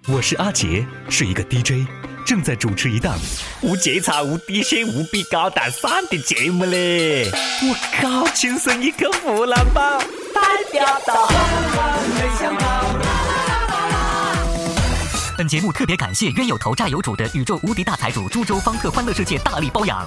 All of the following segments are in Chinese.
我是阿杰，是一个 DJ， 正在主持一档无节操、无底线、无比高大上的节目嘞！我靠，亲生一颗湖南宝，代表到。 本节目特别感谢冤有头债有主的宇宙无敌大财主株洲方特欢乐世界大力包养。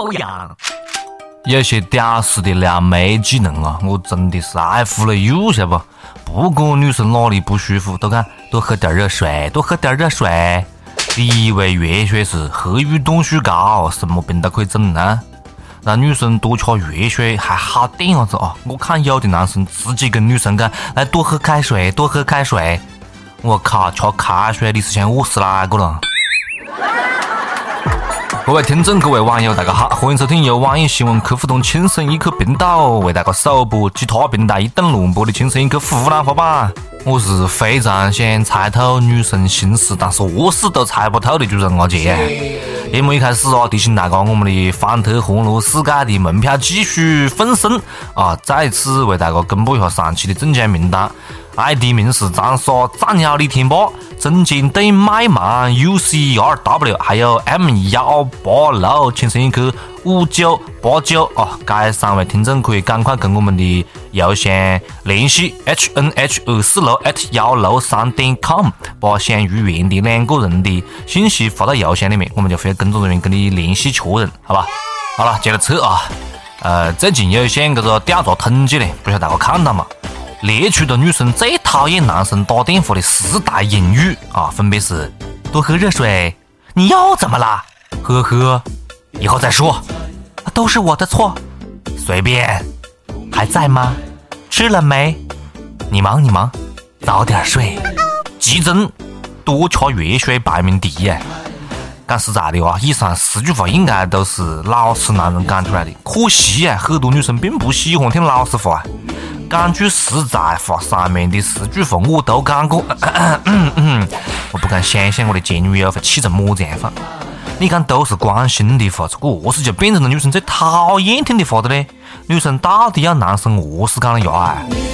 有些屌丝的撩妹技能啊，我真的是爱服了有，晓得不？不管女生哪里不舒服，都讲多喝点热水，多喝点热水。你以为热水是黑雨冻雪糕，什么病都可以整啊？让女生多吃热水还好点样子啊！我看有的男生自己跟女生讲，来多喝开水，多喝开水。我靠，吃开水你是想饿死哪个了？各位听众，各位网友，大家好，欢迎收听由网易新闻客户端轻声一刻频道为大家首播其他平台一等乱播的轻声一刻湖南话版。我是非常想猜透女生心思，但是饿死都猜不透的主持人阿杰。节目一开始提醒大家，我们的方特欢乐世界的门票继续奉送再次为大家公布一下上期的中奖名单。ID 名是长沙战鸟李天霸、中间对麦芒 UCRW， 还有 M186轻声一刻5989该三位听众可以赶快跟我们的邮箱联系 hnh246@163.com， 把想入园的2个人的信息发到邮箱里面，我们就会有工作人员跟你联系确认，好吧？好了，接着扯最近有一项这个调查统计呢，不晓得大家看到吗？列出的女生最讨厌男生打电话的4大隐语分别是：多喝热水，你又怎么了？呵呵，以后再说，都是我的错，随便，还在吗？吃了没？你忙，早点睡。集中，多吃热水排名第一。讲实在的以上4句话应该都是老实男人讲出来的，可惜很多女生并不喜欢听老实话。讲句实在话，上面的4句话我都讲过。我不敢想象我的前女友会气成么子样法。你看都是关心的话，这个何时就变成了女生最讨厌听的话的呢？女生到底要男生何时讲了呀？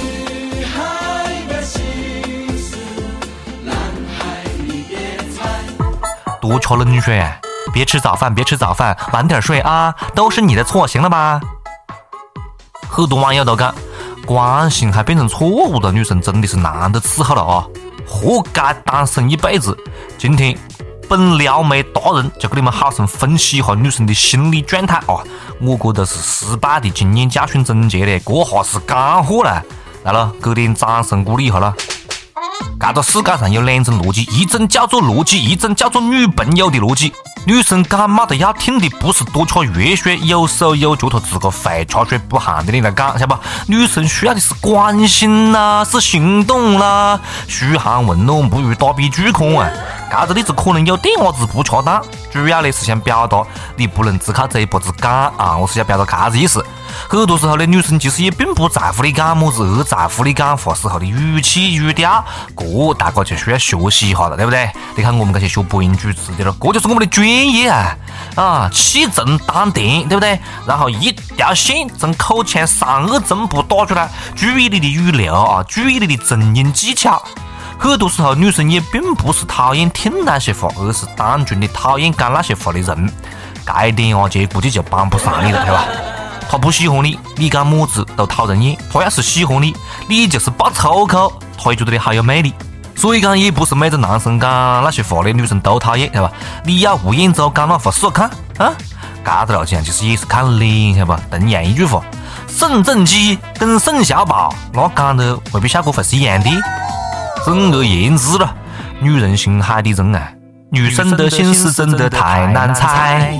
多吃冷水，别吃早饭，晚点睡啊，都是你的错，行了吧？很多网友都讲，关心还变成错误的女生真的是难得伺候了活该单身一辈子。今天本撩妹达人就给你们好生分析一下女生的心理状态我觉得是失败的经验教训总结的，这下是干货了。来了，给点掌声鼓励一下了。这个世界上有2种逻辑，一种叫做逻辑，一种叫做女朋友的逻辑。女生感冒的要听的不是多吃热水，有手有脚她自个会吃水不汗的你来讲，晓得不？女生需要的是关心啦，是行动啦，嘘寒问暖不如打比句看这个例子可能有点子不恰当，主要的是想表达你不能只靠嘴巴子讲我是要表达这个意思。很多时候呢，女生其实也并不在乎你讲么子，而在乎你讲话时候的语气语调，这大家就需要学习一下了，对不对？你看我们这些学播音主持的了，这就是我们的专业气沉丹田，对不对？然后一条线从口腔3个针部打出来，注意你的语流注意你的正音技巧。很多时候女生也并不是讨厌听那些话，而是单纯的讨厌讲那些话的人。这一点这估计就帮不上你了，对吧？他不喜欢你，你讲么子都讨人厌；他要是喜欢你，你就是爆粗口，他也觉得你好有魅力。所以讲，也不是每个男生讲那些话的女生都讨厌，对吧？你要吴彦祖讲那话试试看这个逻辑其实也是看脸，晓得吧？同样一句话，宋仲基跟宋小宝，那讲的未必效果会是一样的。总而言之了，女人心海底针女生的心思真的太难猜。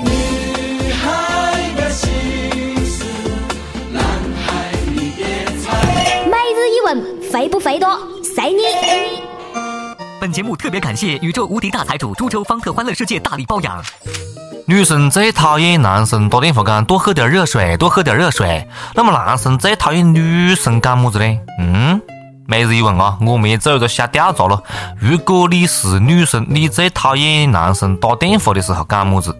肥不肥多？随你。 本节目特别感谢宇宙无敌大财主株洲方特欢乐世界大力包养。 女生最讨厌男生打电话讲多喝点热水，多喝点热水。那么男生最讨厌女生讲么子呢？每日一问我们也做一个小调查了。如果你是女生，你最讨厌男生打电话的时候讲么子？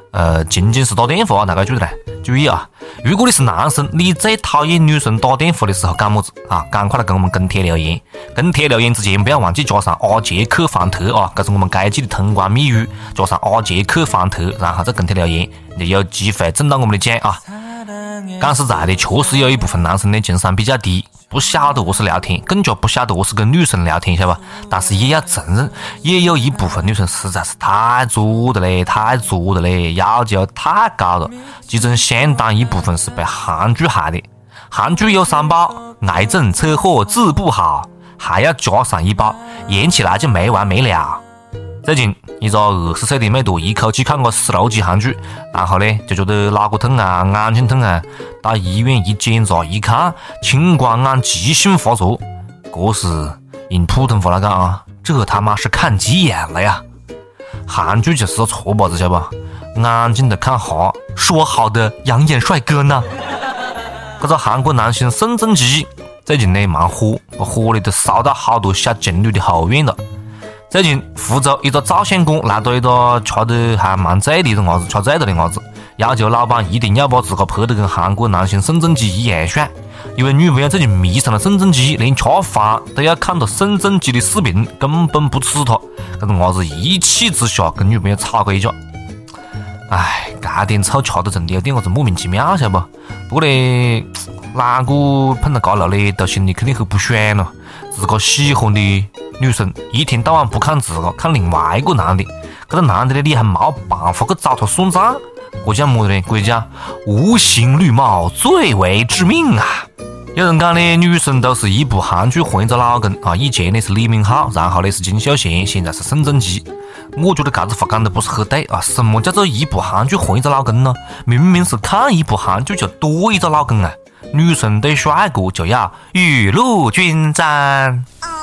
仅仅是打电话啊，大家注意啊！如果你是男生，你最讨厌女生打电话的时候干么子啊？赶快来跟我们跟帖留言。跟帖留言之前不要忘记加上阿杰克方特啊，这是我们该季的通关密语，加上阿杰克方特，然后再跟帖留言，你就有机会中到我们的奖啊！讲实在的，确实有一部分男生的情商比较低，不晓得何是聊天，更加不晓得何是跟女生聊天，晓得吧？但是也要承认，也有一部分女生实在是太作的嘞，要求太高了，其中相当一部分是被韩剧害的。韩剧有3包：癌症、车祸、治不好，还要加上1包，演起来就没完没了。最近一个20岁的妹坨一口气看过16集韩剧，然后呢就觉得脑壳痛啊、眼睛痛啊，到医院一检查一看，青光眼急性发作。这是用普通话来讲啊，这他妈是看急眼了呀！韩剧就是个错把子，晓得吧？眼睛都看瞎，说好的养眼帅哥呢？这个韩国男星宋仲基最近呢蛮火，火力都烧到好多小情侣的后院了。最近福州一个照相馆来到一个吃得还蛮醉的伢子，吃醉了的伢子，要求老板一定要把自己拍得跟韩国男星宋仲基一样帅。因为女朋友最近迷上了宋仲基，连吃饭都要看到宋仲基的视频，根本不吃他。这个伢子一气之下跟女朋友吵过一架。哎，这点臭吃的真的有点莫名其妙，晓得不？不过呢，哪个碰到这路呢，都心里肯定很不爽了。自个喜欢的女生一天到晚不看自个，看另外一个男的，这个男的呢，你还没办法去找他算账，这叫么呢？这叫无形绿帽最为致命啊！有人讲呢，女生都是一部韩剧换一个老公啊，以前呢是李敏镐，然后呢是金秀贤，现在是宋仲基。我觉得这个话讲的不是很对啊！什么叫做一部韩剧换一个老公呢？明明是看一部韩剧就多一个老公啊！女生对帅哥就要雨露均沾。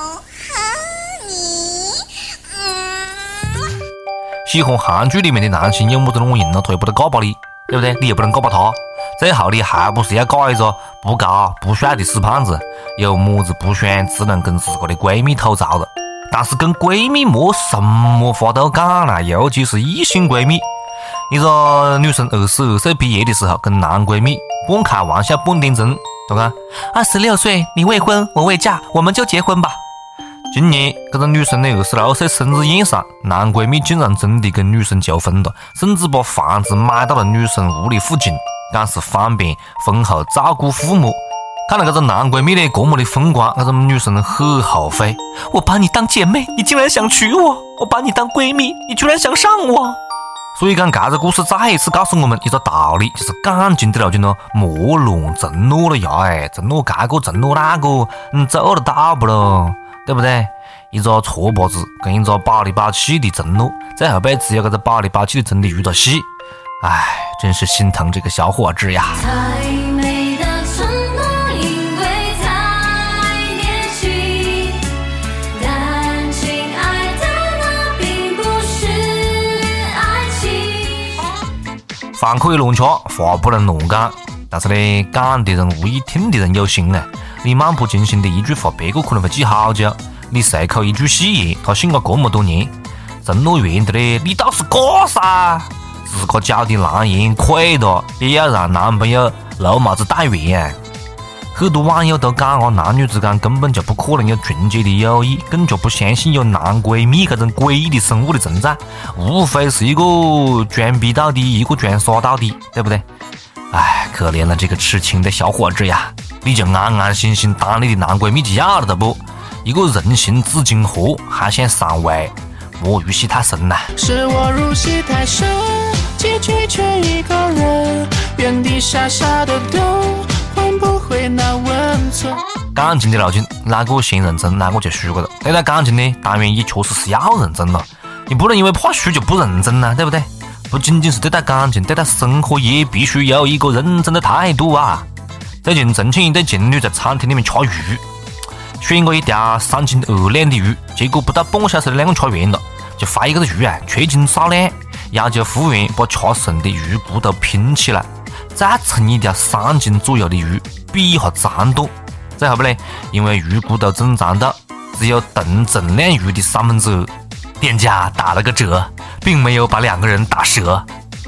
喜欢韩剧里面的男星有么子弄用呢？他又不能告把你，对不对？你又不能告把他，最后你还不是要嫁一个不高不帅的死胖子？有么子不爽只能跟自个的闺蜜吐槽了。但是跟闺蜜没什么话都讲了，尤其是异性闺蜜。一个女生22岁毕业的时候，跟男闺蜜半开玩笑半点真，他讲26岁你未婚我未嫁，我们就结婚吧。今年这个女生的26岁生日宴上，男闺蜜竟然真的跟女生求婚了，甚至把房子买到了女生屋里附近，讲是方便婚后照顾父母。看了这个男闺蜜的这么的风光，这个女生很后悔。我把你当姐妹，你竟然想娶我；我把你当闺蜜，你居然想上我。所以讲，这个故事再一次告诉我们一个道理，就是感情的路径呢，莫乱承诺了呀！哎，承诺这个，承诺那个，你做得到不咯？对不对？一个错把子跟一个宝里宝气的承诺，最后被只有这个宝里宝气的真的入了戏。哎，真是心疼这个小伙子呀！饭可以乱吃，话不能乱讲。但是呢，讲的人无意，听的人有心啊！你漫不经心的一句话，别个可能会记好久。你随口一句戏言，他信了这么多年。承诺完的呢，你倒是过噻！自个交的男言亏了，也要让男朋友露帽子带圆啊！很多网友都讲啊，男女之间根本就不可能有纯洁的友谊，更加不相信有男闺蜜这种诡异的生物的存在，无非是一个装逼到底，一个装傻到底，对不对？哎，可怜了这个痴情的小伙子呀！你就安安心心当你的男闺蜜就要了的不？一个人形紫金河还想上位，莫入戏太深了。 是我入戏太深，结局却一个人原地傻傻的等。换不回那温存。 感情的路径，哪个先认真，哪个就输过了。对待感情呢，当然也确实是要认真了。你不能因为怕输就不认真啊，对不对？不仅仅是对待感情，对待生活也必须有一个认真的态度啊。最近重庆一对情侣在餐厅里面吃鱼，选过一条3斤2两的鱼，结果不到半小时的量吃完了，就发现这个鱼啊缺斤少两，要求服务员把吃剩的鱼骨头拼起来。再称一条3斤左右的鱼，比一下长度。最后不呢，因为鱼骨头正常到只有同重量鱼的2/3，店家打了个折，并没有把2个人打折。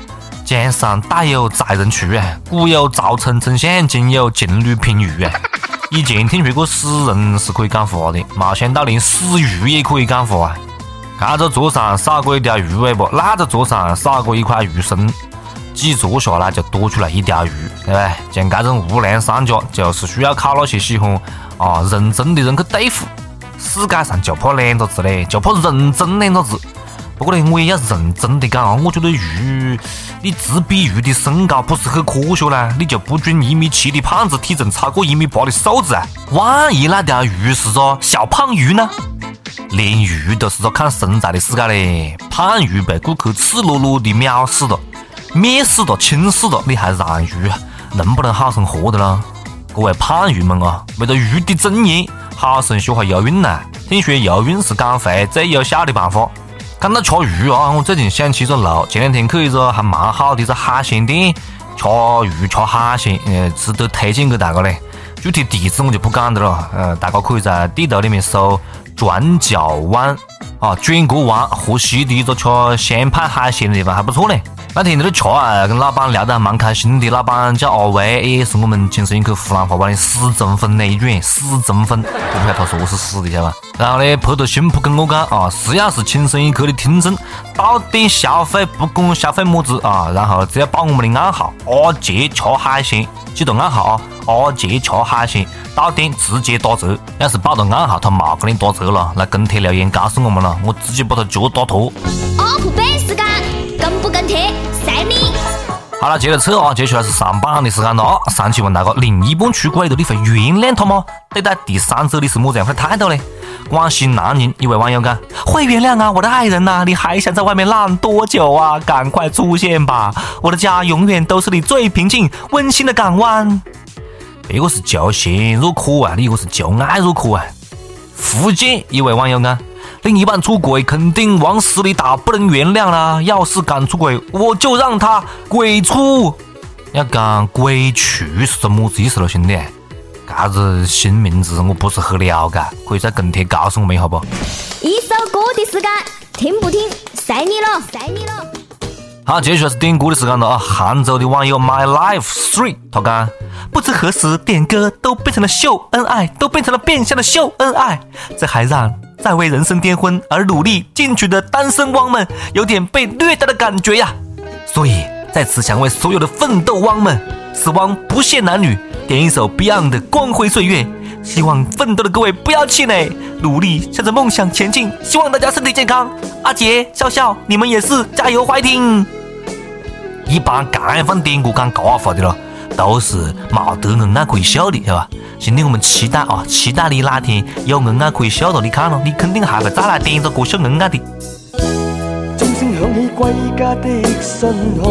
江山代有才人出啊，古有赵丞丞相，今有劲旅平舆啊。以前听说过死人是可以讲话的，没想到连死鱼也可以讲话啊！这个桌上少过一条鱼尾巴，那个桌上少过一块鱼身，几桌下来就多出来一条鱼，对吧？像这种无良商家，就是需要靠那些喜欢认真的人去对付。世界上就怕两个字嘞，就怕认真两个字。不过呢，我也要认真的讲啊，我觉得鱼，你只比鱼的身高不是很科学啦，你就不准1.7米的胖子体重超过1.8米的瘦子啊！万一那条鱼是个小胖鱼呢？连鱼都是个看身材的世界嘞，胖鱼被顾客赤裸裸的藐视了、蔑视了、轻视了，你还让鱼能不能好生活的呢？各位胖鱼们啊，为了鱼的尊严，好生学下游泳啦！听说游泳是减肥最有效的办法。讲到吃鱼啊，我最近想起一个路，前两天去一个还蛮好的一个海鲜店，吃鱼吃海鲜，值得推荐给大家嘞。具体地址我就不讲的了，大家可以在地图里面搜转角湾啊，转角湾河西的一个吃香派海鲜的地方还不错嘞。那天在那吃啊，跟老板聊得还蛮开心的。老板叫阿威，也是我们亲生一口湖南话版的死忠粉那一卷，死忠粉，我不晓得他说我是死的，晓得吧？然后呢，拍着胸脯跟我讲啊，只要是亲生一口的听众，到店消费不管消费么子啊，然后只要报我们的暗号阿杰吃海鲜，记得暗号啊，阿杰吃海鲜，到店直接打折。要是报的暗号他没给你打折了，来跟帖留言告诉我们了，我直接把他脚打脱。 up 班时间，跟不跟帖，随你。 好了，接着扯啊，接下来是上榜的时间了啊！上期问大家，另一半出轨了，你会原谅他吗？对待第三者你是么样的态度呢？广西南宁一位网友讲，会原谅啊，我的爱人呐、你还想在外面浪多久啊？赶快出现吧，我的家永远都是你最平静温馨的港湾。这个是求贤若渴啊，你这个是求爱若渴啊。福建一位网友讲，另一半出轨肯定往死里打，不能原谅啦！要是敢出轨，我就让他鬼出。要讲鬼畜是什么意思了，兄弟？这个新名字我不是很了解，可以在跟帖告诉我们一下不？ 一首歌的时间，听不听随你了，随你了。 好，接下来是点歌的时间了啊！杭州的网友 My Life 3，他讲，不知何时点歌都变成了秀恩爱，都变成了变相的秀恩爱，这还让在为人生订婚而努力进取的单身汪们有点被虐待的感觉呀。所以在此想为所有的奋斗汪们，死亡不限男女，点一首 Beyond 的光辉岁月，希望奋斗的各位不要气馁，努力向着梦想前进，希望大家身体健康。阿杰、笑笑，你们也是加油欢迎。一般干饭点歌讲尬话的了，都是没得恩爱可以秀的，是吧？兄弟，我们期待啊，期待你哪天有恩爱可以秀了，你看了，你肯定还会再来点一个歌秀恩爱的。 鐘聲響起歸家的信號，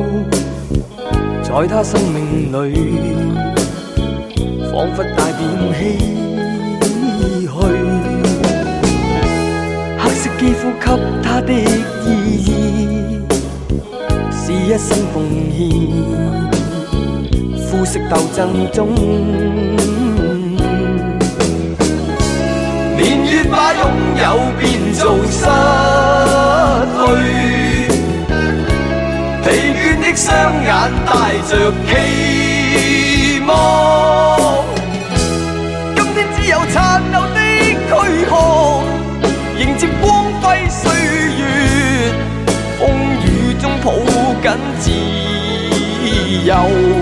在他生命裏，彷彿帶點唏噓。黑色肌膚給他的意義，是一生奉獻。膚色鬥爭中，年月把擁有變做失去，疲倦的雙眼帶着期望，今天只有殘留的軀殼，迎接光輝歲月，風雨中抱緊自由。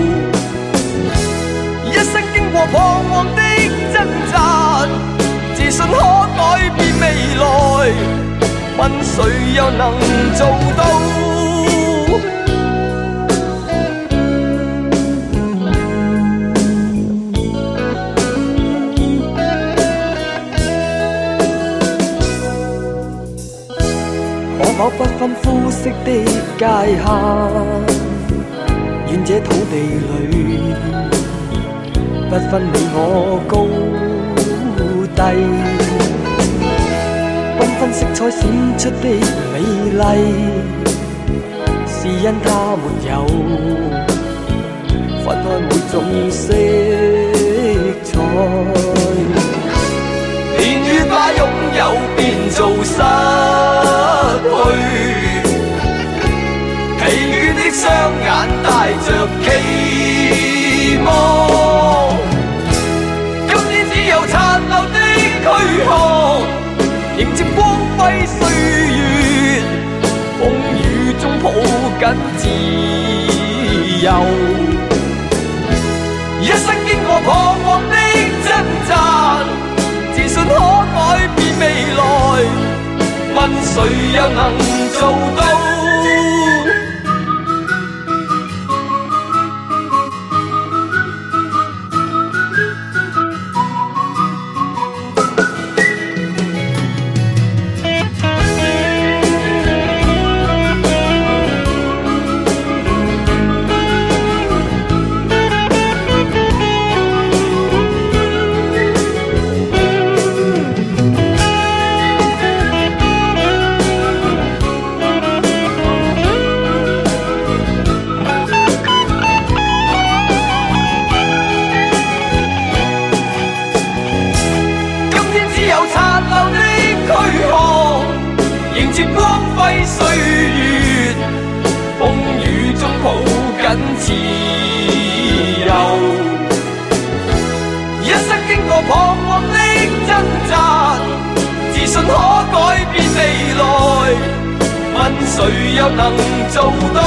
一生經過彷徨的掙扎，自信可改變未來，問誰又能做到？可否不分膚色的界限，願這土地裏不分你我高低，繽紛色彩閃出的美麗，是因它沒有分開每種色彩。年月把擁有變做失去，疲倦的雙緊自由。一生經過彷徨的掙扎，自信可改變未來，問誰又能做到？迎接光輝歲月，風雨中抱緊自由。一生經過彷徨的掙扎，自信可改變未來，問誰又能做到？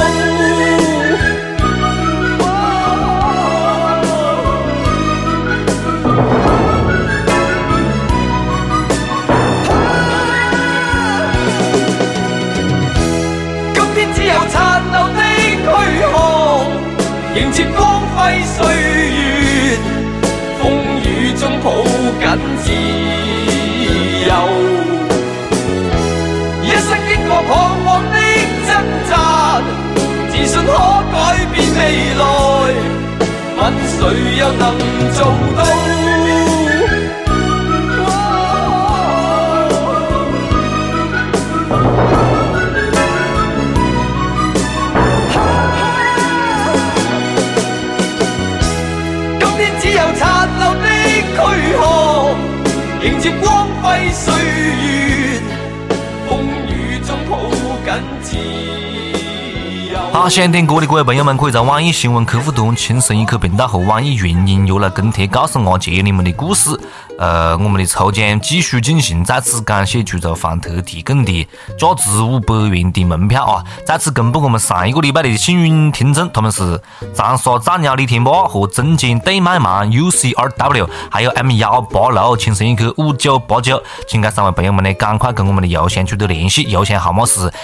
殘留的軀殼，迎接光輝歲月，風雨中抱緊自由。一生經過彷徨的掙扎，自信可改變未來，問誰又能做到？殘留的軀殼，迎接光輝歲月，風雨中抱緊自由。 好，想听歌的各位朋友们，可以在网易新闻客户端轻声一刻频道和网易云音乐来跟帖告诉阿杰你们的故事。我们的抽奖继续进行，再次感谢株洲方特提供的价值500元的门票啊！再次公布我们上一个礼拜的幸运听众，他们是长沙战鸟李天霸和中间对麦芒 UCRW， 还有 M186轻声一刻5989，请这3位朋友们呢赶快跟我们的邮箱取得联系，邮箱号码是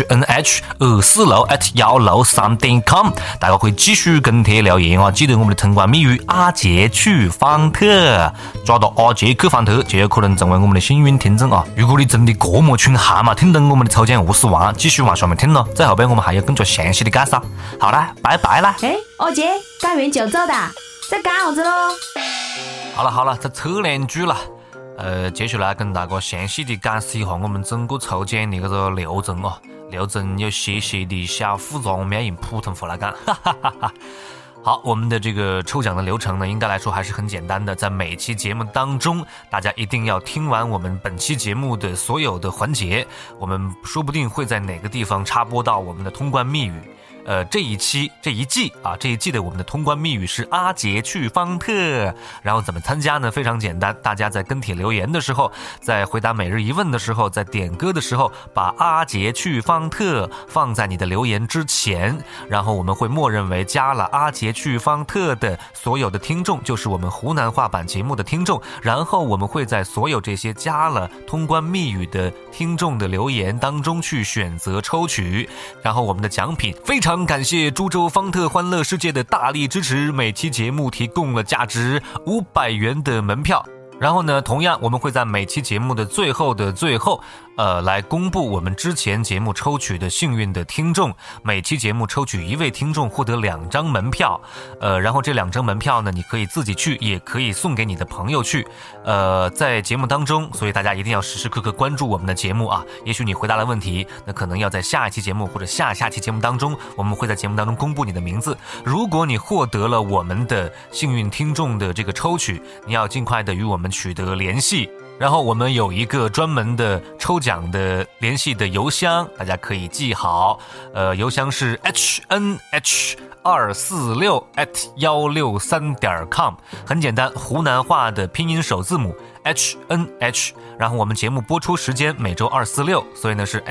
hnh246@163.com， 大家可以继续跟帖留言啊！记得我们的通关密语阿杰去方特，抓到阿杰去方特就有可能成为我们的幸运听众啊！如果你真的这么群汉嘛，听懂我们的抽奖何时完，继续往下面听咯。在后边我们还有更加详细的介绍。好啦，拜拜啦！ 阿杰，干完就走的，在干啥子咯？ 好了，再扯2句了。接下来跟大家详细的解释一下我们整个抽奖的这个流程啊。流程有些的小复杂，我们要用普通话来讲。好，我们的这个抽奖的流程呢，应该来说还是很简单的。在每期节目当中，大家一定要听完我们本期节目的所有的环节，我们说不定会在哪个地方插播到我们的通关密语。这一季的我们的通关密语是阿杰去方特。然后怎么参加呢？非常简单，大家在跟帖留言的时候，在回答每日一问的时候，在点歌的时候，把阿杰去方特放在你的留言之前，然后我们会默认为加了阿杰去方特的所有的听众就是我们湖南话版节目的听众，然后我们会在所有这些加了通关密语的听众的留言当中去选择抽取，然后我们的奖品非常感谢株洲方特欢乐世界的大力支持，每期节目提供了价值500元的门票。然后呢，同样我们会在每期节目的最后来公布我们之前节目抽取的幸运的听众，每期节目抽取1位听众获得2张门票，然后这2张门票呢，你可以自己去，也可以送给你的朋友去，在节目当中，所以大家一定要时时刻刻关注我们的节目啊。也许你回答了问题，那可能要在下一期节目或者下下期节目当中，我们会在节目当中公布你的名字。如果你获得了我们的幸运听众的这个抽取，你要尽快的与我们取得联系。然后我们有一个专门的抽奖的联系的邮箱，大家可以记好，邮箱是 hnh246@163.com， 很简单，湖南话的拼音首字母 HNH， 然后我们节目播出时间每周2、4、6，所以呢是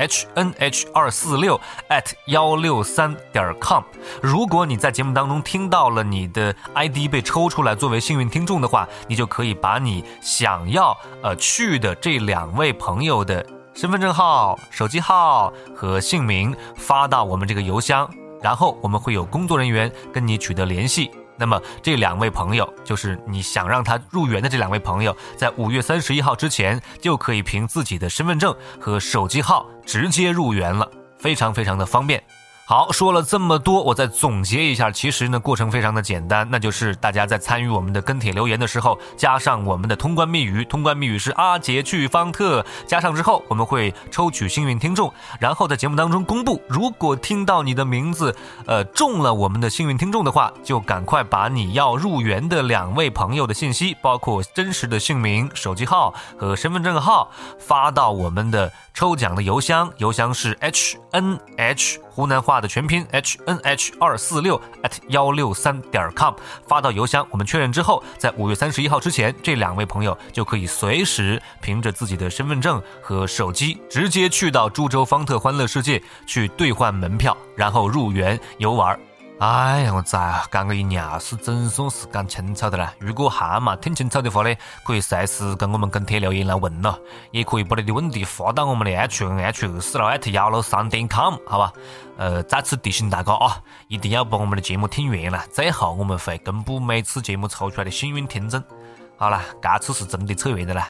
HNH246@163.com。如果你在节目当中听到了你的 ID 被抽出来作为幸运听众的话，你就可以把你想要去的这2位朋友的身份证号、手机号和姓名发到我们这个邮箱，然后我们会有工作人员跟你取得联系。那么这2位朋友，就是你想让他入园的这2位朋友，在5月31号之前就可以凭自己的身份证和手机号直接入园了，非常非常的方便。好，说了这么多，我再总结一下，其实呢过程非常的简单，那就是大家在参与我们的跟帖留言的时候，加上我们的通关密语，通关密语是阿杰去方特，加上之后我们会抽取幸运听众，然后在节目当中公布，如果听到你的名字中了我们的幸运听众的话，就赶快把你要入园的2位朋友的信息，包括真实的姓名、手机号和身份证号发到我们的抽奖的邮箱，邮箱是 HNH 湖南话的全拼 HNH246@163.com， 发到邮箱，我们确认之后，在5月31号之前，这2位朋友就可以随时凭着自己的身份证和手机，直接去到株洲方特欢乐世界去兑换门票，然后入园游玩。哎呀，我知啊，讲个硬是真算是讲清楚的了。如果还嘛听清楚的话呢，可以随时跟我们跟帖留言来问了，也可以把你的问题发到我们的 HNH246@163.com， 好吧？再次提醒大家啊，一定要把我们的节目听完了，最后我们会公布每次节目抽出来的幸运听众。好了，这次是真的扯远的了。